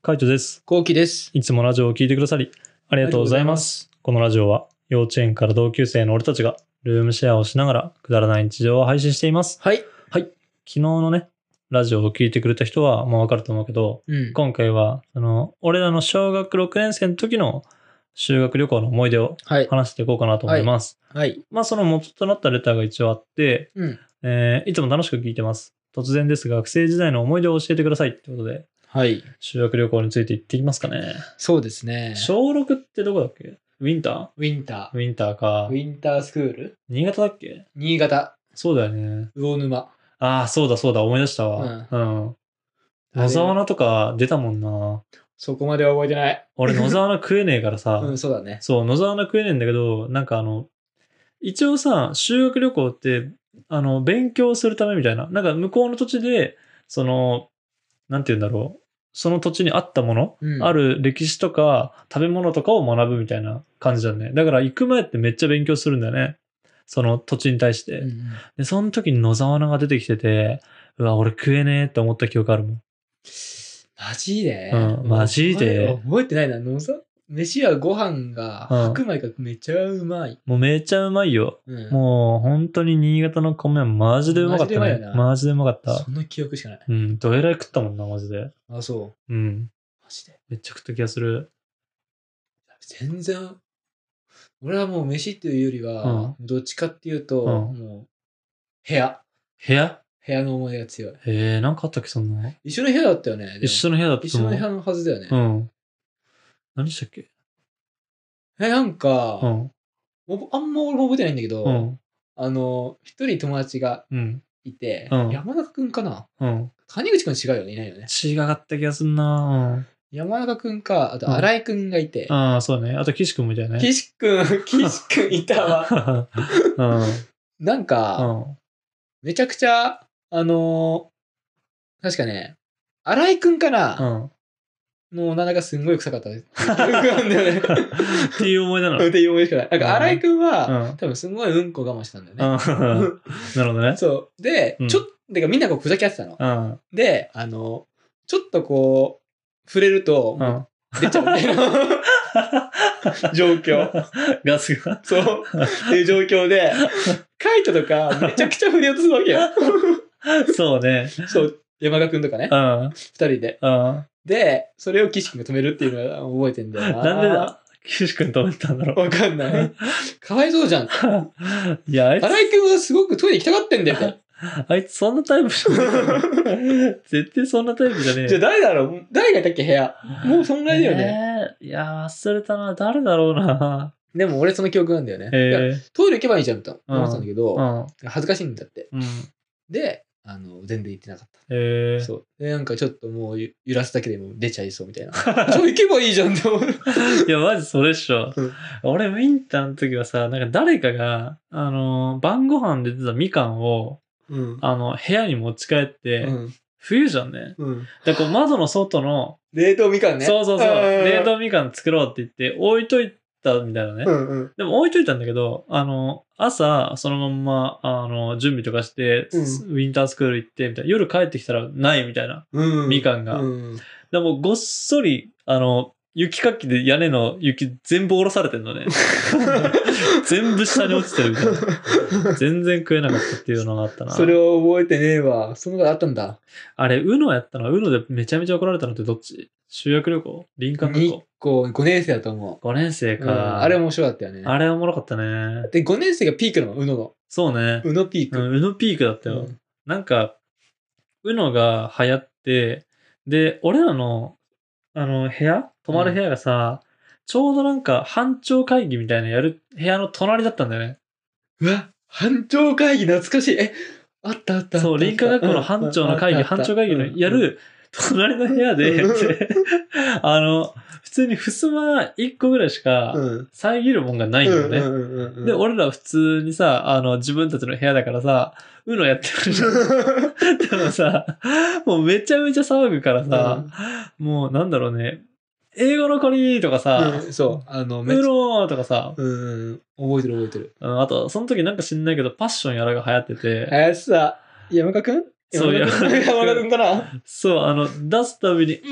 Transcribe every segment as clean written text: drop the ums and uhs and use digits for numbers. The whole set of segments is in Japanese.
カイトです。 コウキです。 いつもラジオを聞いてくださりありがとうございます。このラジオは幼稚園から同級生の俺たちがルームシェアをしながらくだらない日常を配信しています。 はい。 昨日のね、ラジオを聞いてくれた人はもうわかると思うけど、今回は俺らの小学6年生の時の修学旅行の思い出を話していこうかなと思います。まあその元となったレターが一応あって、いつも楽しく聞いてます。突然ですが学生時代の思い出を教えてくださいってことで、修学旅行について行ってきますかね。 そうですね。 小6ってどこだっけ？ウィンターか。 ウィンタースクール？ 新潟だっけ？ 新潟。 そうだよね。 魚沼。 ああ、そうだ思い出したわ。野沢菜とか出たもんな。 そこまでは覚えてない。 俺野沢菜食えねえからさ。 そうだね。 そう、野沢菜食えねえんだけど、なんか一応さ、修学旅行って、勉強するためみたいな。なんか向こうの土地で、なんて言うんだろう。その土地にあったもの、ある歴史とか食べ物とかを学ぶみたいな感じだね。だから行く前ってめっちゃ勉強するんだよね。その土地に対して。で、その時に野沢菜が出てきてて、うわ、俺食えねえって思った記憶あるもん。 マジで？ マジで。 覚えてないな。飯はご飯が白米がめちゃうまい。 もうめちゃうまいよ。もう本当に新潟の米はマジでうまかったね。マジでうまかった。 そんな記憶しかない。 どえらい食ったもんな、マジで。 あ、そう。 マジで。 めっちゃ食った気がする。 全然、俺はもう飯っていうよりは、どっちかっていうと、もう、部屋の思い出が強い。 なんかあったっけ、そんな。 一緒の部屋だったよね。 一緒の部屋だった一緒の部屋のはずだよね。 何したっけ？ なんか、あんま俺も覚えてないんだけど、一人友達がいて、山中くんかな？谷口くん違うよね、いないよね。 違かった気がすんな。 山中くんか、あと新井くんがいて。 ああ、そうね。あと岸くんもいたよね。 岸くんいたわ。なんか、めちゃくちゃ、確かね、新井くんかな？のおならがすんごい臭かったね。 っていう思い出なの。 っていう思いしかない。なんか、新井くんは、多分すごいうんこ我慢したんだよね。 なるほどね。 そう。で、みんなこうふざけ合ってたの。で、ちょっとこう、触れると、出ちゃうみたいな状況。 ガスが。 そう。っていう状況で、カイトとかめちゃくちゃ触れようとするわけよ。 そうね。 そう。山田くんとかね。二人で。で、それを岸くんが止めるっていうのは覚えてんだよな。 なんでだ岸くん止めたんだろう。 わかんない。かわいそうじゃん。 いや、 新井くんはすごくトイレ行きたがってんだよ。 あいつそんなタイプじゃねえ。絶対そんなタイプじゃねえ。 じゃあ誰だろう？誰がいたっけ部屋。もうそんぐらいだよね。 いや忘れたな。誰だろうな。 でも俺その記憶なんだよね。トイレ行けばいいじゃんと思ってたんだけど、恥ずかしいんだって。で、全然行ってなかった。そう。で、なんかちょっともう揺らすだけでも出ちゃいそうみたいな。そう行けばいいじゃんって思う。 いや、マジそれっしょ。俺、ウィンターの時はさ、なんか誰かが、晩ご飯で出たみかんを、部屋に持ち帰って、冬じゃんね。だから窓の外の、 冷凍みかんね。 そう。冷凍みかん作ろうって言って置いといたみたいなね。でも置いといたんだけど、朝、そのまんま、準備とかして、ウィンタースクール行って、みたいな。夜帰ってきたらないみたいな。みかんが。でも、ごっそり、雪かきで屋根の雪全部下ろされてんのね。全部下に落ちてるみたいな。全然食えなかったっていうのがあったな。 それを覚えてねえわ。そのがあったんだ。 あれ、UNO やったの？ UNO でめちゃめちゃ怒られたのってどっち？修学旅行？林間学校？ 日光5年生だと思う。 5年生か。 あれ面白かったよね。 あれおもろかったね。 で、5年生がピークなの、UNO の。 そうね。 UNO ピーク。 UNO ピークだったよ。なんか、UNO が流行って、で、俺らの、泊まる部屋がさ、ちょうどなんか、班長会議みたいなやる部屋の隣だったんだよね。 うわ、班長会議懐かしい。あった。 そう、林間学校の班長の会議、班長会議のやる隣の部屋で、普通に襖1個ぐらいしか遮るもんがないんだよね。で、俺ら普通にさ、自分たちの部屋だからさ、UNO やってるじゃん。でもさ、もうめちゃめちゃ騒ぐからさ、もうなんだろうね、英語の子にとかさ、 そう、 UNO とかさ、 覚えてる。 あと、その時なんか知んないけど、パッションやらが流行ってて。 山川くん？ そう、 山田くんかな。 そう、出すたびに、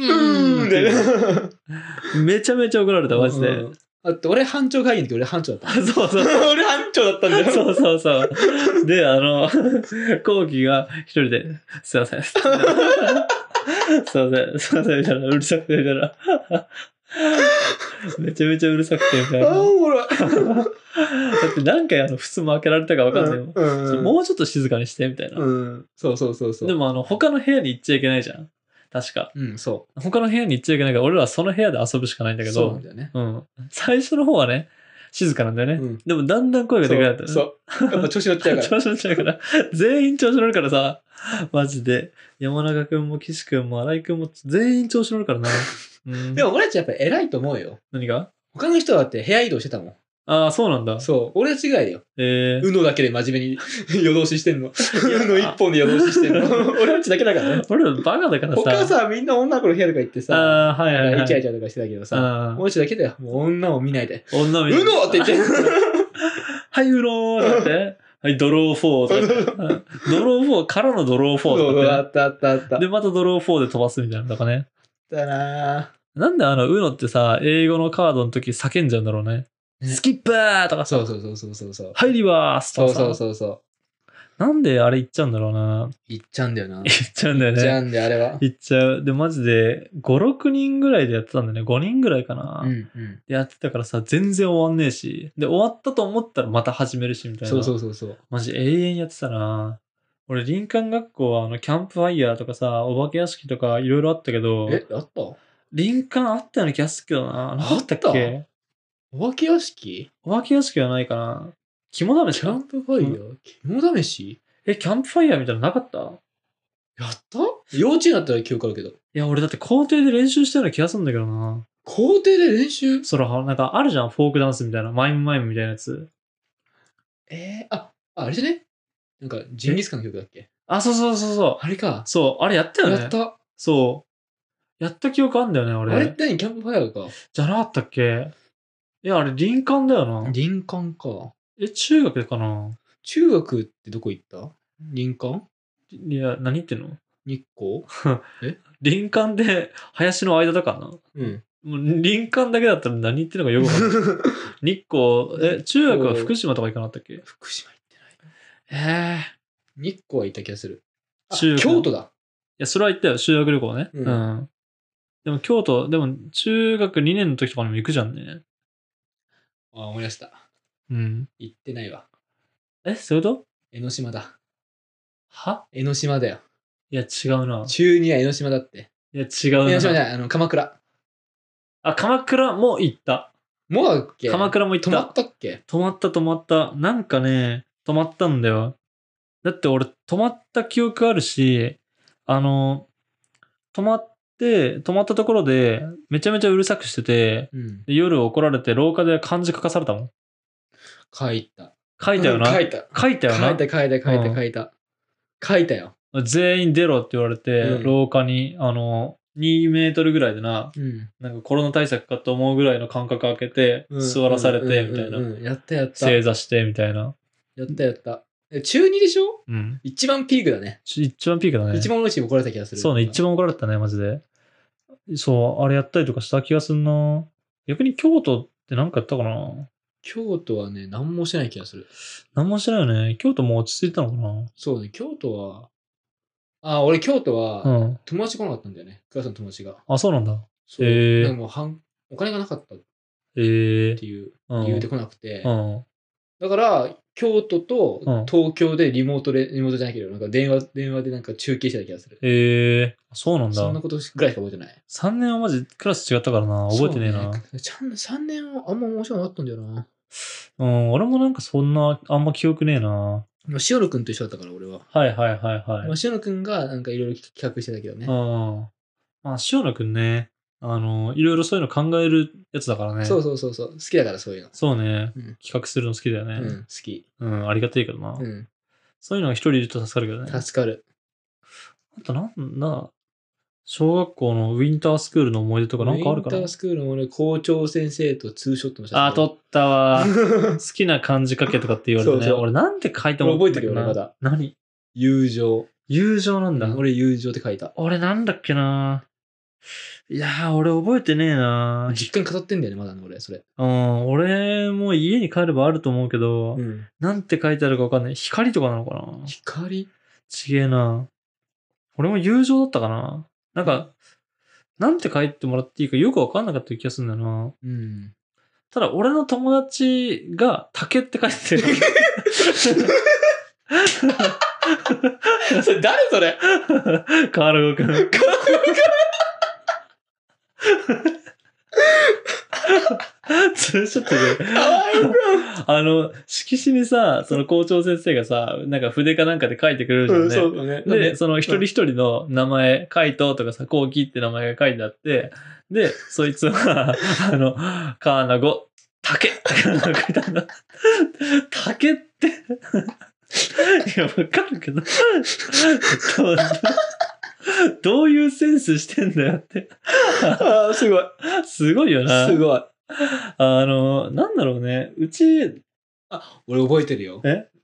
めちゃめちゃ怒られた、マジで。 だって俺班長会議の時俺班長だった。 そうそう。 俺班長だったんだよ。 そうそうそう。で、後期が一人で、すいません。すいません、みたいな、うるさくて、みたいな。めちゃめちゃうるさくて、みたいな。だって何回普通も開けられたか分かんないもん。もうちょっと静かにして、みたいな。 そう。 でも他の部屋に行っちゃいけないじゃん。確か。 そう。 他の部屋に行っちゃいけないから、俺らはその部屋で遊ぶしかないんだけど。 そうなんだよね。 最初の方はね、静かなんだよね。でもだんだん声がでかくなったね。 そう。やっぱ調子乗っちゃうから。 調子乗っちゃうから。全員調子乗るからさ、マジで。山中くんも岸くんも荒井くんも全員調子乗るからな。 でも俺たちやっぱ偉いと思うよ。 何が？ 他の人だって部屋移動してたもん。 ああ、そうなんだ。 そう。俺は違いだよ。UNO だけで真面目に夜通ししてんの。UNO 一本で夜通ししてんの。俺たちだけだからね。 俺らバカだからさ。 他さ、みんな女の子の部屋とか行ってさ、イチャイチャとかしてたけどさ、俺たちだけだよ。もう女を見ないで。 女を見ないで。 UNO って言って。 はい、UNO だって。はい、ドロー4とか。ドロー4からのドロー4とか。あった。 で、またドロー4で飛ばすみたいなのとかね。 だなぁ。 なんでUNO ってさ、英語のカードの時叫んじゃうんだろうね。スキップーとかさ。 そう。 はいリバースとかさ。 そう。 なんであれ言っちゃうんだろうな。 言っちゃうんだよな。 言っちゃうんだよね。 言っちゃうんだよ、あれは。 言っちゃう。で、マジで、5、6人ぐらいでやってたんだよね。5人ぐらいかな。やってたからさ、全然終わんねえし。で、終わったと思ったらまた始めるし、みたいな。 そう。 マジ永遠やってたな。俺、林間学校はキャンプファイヤーとかさ、お化け屋敷とかいろいろあったけど。 あった？ 林間あったような気がするけどな。 あったっけ？お化け屋敷？ お化け屋敷はないかな。肝試しか？ キャンプファイヤー？肝試し？ キャンプファイヤーみたいなのなかった？ やった？幼稚園だったら記憶あるけど。 いや、俺だって校庭で練習したような気がするんだけどな。 校庭で練習？ そら、なんかあるじゃん、フォークダンスみたいな。マイムみたいなやつ。 あれじゃね？なんか、ジンギスカンの曲だっけ？ あ、そう。 あれか。 そう、あれやったよね。 やった。 そう。やった記憶あんだよね、俺。 あれって何？キャンプファイヤーか。 じゃなかったっけ？いや、あれ林間だよな。 林間か。 中学かな？ 中学ってどこ行った？林間？ いや、何言ってんの？ 日光？ 林間で林の間だからな。もう林間だけだったら何言ってんのかよくわかんない。日光、中学は福島とか行かなかったっけ？ 福島行ってない。日光は行った気がする。京都だ。いや、それは行ったよ。修学旅行ね。でも京都、でも中学2年の時とかにも行くじゃんね。 思い出した。行ってないわ。 そういうこと？ 江ノ島だ。 は？ 江ノ島だよ。 いや、違うな。 中2は江ノ島だって。 いや、違うな。 江ノ島じゃない、鎌倉。 鎌倉も行った。 もうだっけ？ 鎌倉も行った。 泊まったっけ？ 泊まった。なんかね、泊まったんだよ。だって俺、泊まった記憶あるし、泊まったところで、めちゃめちゃうるさくしてて、夜怒られて、廊下で漢字書かされたもん。 書いたよな。 書いたよな。書いたよ。 全員出ろって言われて、廊下に、2メートルぐらいでな、なんかコロナ対策かと思うぐらいの間隔空けて、座らされて、みたいな。 やった。 正座して、みたいな。 やった。中2でしょ？一番ピークだね。 一番ピークだね。 一番嬉しい怒られた気がする。 そうね、一番怒られたね、マジで。そう、あれやったりとかした気がすんな。逆に京都って何かやったかな？ 京都はね、何もしてない気がする。 何もしてないよね。京都もう落ち着いたのかな？ そうね、京都は、俺京都は、友達来なかったんだよね。クラスの友達が。 あ、そうなんだ。 そう。でもお金がなかったっていう理由で来なくて。だから、京都と東京でリモートじゃないけど、なんか電話でなんか中継してた気がする。 そうなんだ。 そんなことぐらいしか覚えてない。 3年はマジクラス違ったからな。覚えてねえな。 3年はあんま面白くなかったんだよな。 俺もなんかそんな、あんま記憶ねえな。 塩野くんと一緒だったから、俺は。 はい。 塩野くんがなんかいろいろ企画してたけどね。 塩野くんね。いろいろそういうの考えるやつだからね。 そう。好きだからそういうの。 そうね。企画するの好きだよね。 好き。 ありがたいけどな。そういうのが一人いると助かるけどね。 助かる。 あと小学校のウィンタースクールの思い出とかなんかあるかな？ ウィンタースクールの俺、校長先生とツーショットの写真。 撮ったわ。好きな漢字書けとかって言われてね。俺なんて書いたもん。 覚えてるよね、まだ。 何？ 友情。 友情なんだ。 俺友情って書いた。 俺なんだっけな。いやー、俺覚えてねえな。 実家に飾ってんだよね、まだね、俺、それ。 俺も家に帰ればあると思うけど、なんて書いてあるかわかんない。光とかなのかな。 光？ ちげえな。俺も友情だったかな。なんか、なんて書いてもらっていいかよくわかんなかった気がするんだよな。ただ、俺の友達が竹って書いてる。 それ誰それ？ カールゴくん。それちょっとね、色紙にさ、その校長先生がさ、なんか筆かなんかで書いてくれるじゃんね。 そうだね。 で、その一人一人の名前、カイトとかさ、コウキって名前が書いてあって、で、そいつは、カーナゴ、竹って書いてあるんだ。竹って、いや、わかるけど、どういうセンスしてんだよって。 すごい。 すごいよな。 すごい。 なんだろうね。うち、 俺覚えてるよ。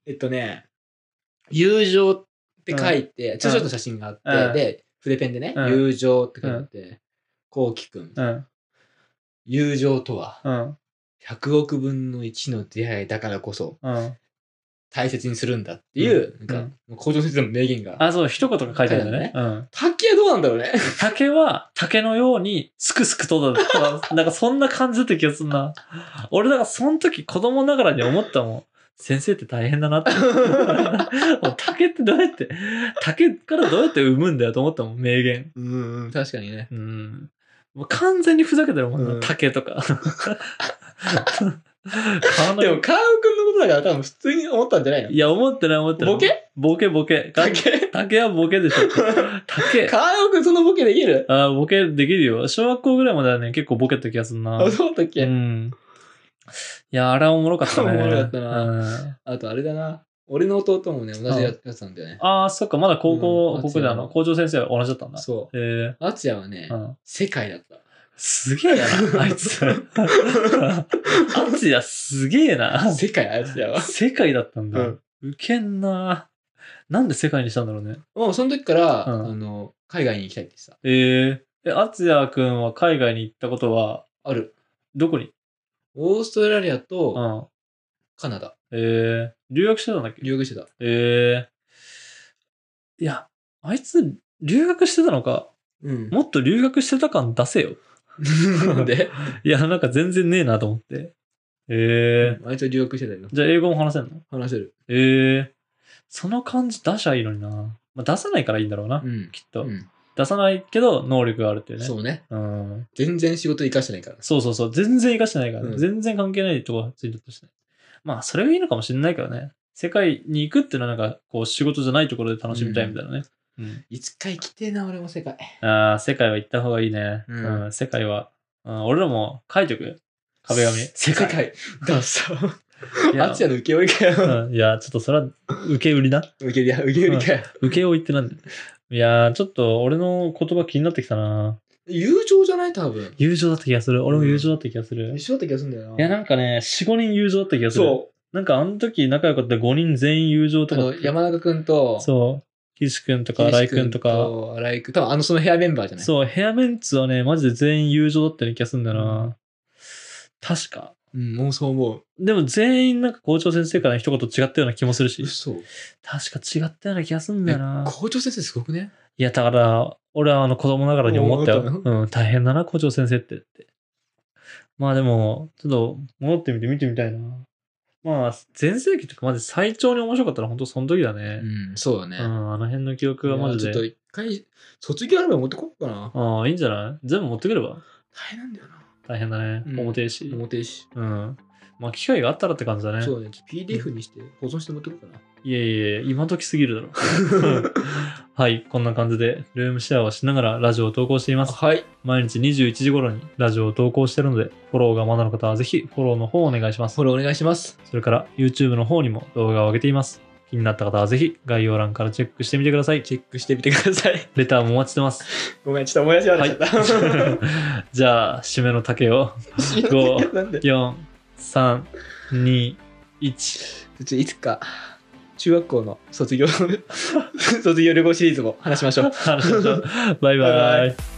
友情って書いて、ちょっと写真があって、で、筆ペンでね、友情って書いてあって、こうきくん。友情とは、100億分の1の出会いだからこそ、大切にするんだっていう、なんか、校長先生の名言が。 そう、一言が書いてあるんだね。 竹はどうなんだろうね。 竹は、竹のように、すくすくとだ。なんかそんな感じだった気がするな。俺、だからその時子供ながらに思ったもん。先生って大変だなって。竹ってどうやって、竹からどうやって生むんだよと思ったもん、名言。 確かにね。 もう完全にふざけてるもんな、竹とか。 でも、カーオくんのことだから多分普通に思ったんじゃないの？ いや、思ってない。ボケ。竹はボケでしょ。竹。 カーオくんそのボケできる？ ボケできるよ。小学校ぐらいまではね、結構ボケた気がするな。 そうだっけ？ いや、あれはおもろかったね。 おもろかったな。あとあれだな。俺の弟もね、同じやつなんだよね。 そっか、まだ高校で校長先生は同じだったんだ。 そう。あつやはね、世界だった。 すげえな、あいつ。あつやすげえな。 世界あつやは。 世界だったんだ。ウケんな。なんで世界にしたんだろうね。 もうその時から、海外に行きたいってさ。 あつやくんは海外に行ったことはある。 どこに？ オーストラリアと、カナダ。 留学してたんだっけ？ 留学してた。 いや、あいつ留学してたのか。もっと留学してた感出せよ。 なんで？ いや、なんか全然ねえなと思って。 あいつは留学してたよ。 じゃあ英語も話せんの？ 話せる。 その感じ出しゃいいのにな。まあ、出さないからいいんだろうな。きっと。出さないけど能力があるっていうね。 そうね。全然仕事生かしてないから。 そう。全然生かしてないからね。全然関係ないとこがついてるとして。まあ、それがいいのかもしれないけどね。世界に行くっていうのはなんか、こう仕事じゃないところで楽しみたいみたいなね。 いつか行きてえな、俺も世界。 世界は行った方がいいね。世界は。俺らも書いておく？壁紙。 世界。ださ。あつやの受け負いかよ。 いや、ちょっとそれは受け売りな。 受け売りかよ。 受け負いってなんだよ。いやー、ちょっと俺の言葉気になってきたな。 友情じゃない？多分。 友情だった気がする。俺も友情だった気がする。 友情だった気がするんだよな。 いや、なんかね、4、5人友情だった気がする。そう。なんかあの時仲良かった5人全員友情とか。 山中くんと。 そう。岸くんとか、新井くんとか。 新井くん。多分そのヘアメンバーじゃない？ そう、ヘアメンツはね、マジで全員友情だったような気がするんだよな。確か。 もうそう思う。 でも全員なんか校長先生から一言違ったような気もするし。 嘘。 確か違ったような気がするんだよな。 校長先生すごくね？ いや、だから、俺は子供ながらに思ったよ。大変だな、校長先生って。まあでも、ちょっと戻ってみて見てみたいな。まあ、全盛期とかマジ最長に面白かったのは本当その時だね。 そうだね。 あの辺の記憶がマジで。 ちょっと一回、卒業アルバム持ってこうかな。 いいんじゃない？全部持ってくれば。 大変なんだよな。 大変だね。重てえし。まあ、機会があったらって感じだね。 そうね。PDF にして保存して持ってこうかな。 いや、今時すぎるだろ。はい、こんな感じでルームシェアをしながらラジオを投稿しています。 はい。 毎日21時頃にラジオを投稿しているので、フォローがまだの方はぜひフォローの方をお願いします。 フォローお願いします。 それから YouTube の方にも動画を上げています。気になった方はぜひ概要欄からチェックしてみてください。 チェックしてみてください。 レターもお待ちしてます。 ごめん、ちょっと思い出し忘れちゃった。 じゃあ、締めの竹を5、4、3、2、1。 いつか中学校の卒業卒業旅行シリーズも話しましょう。 バイバイ。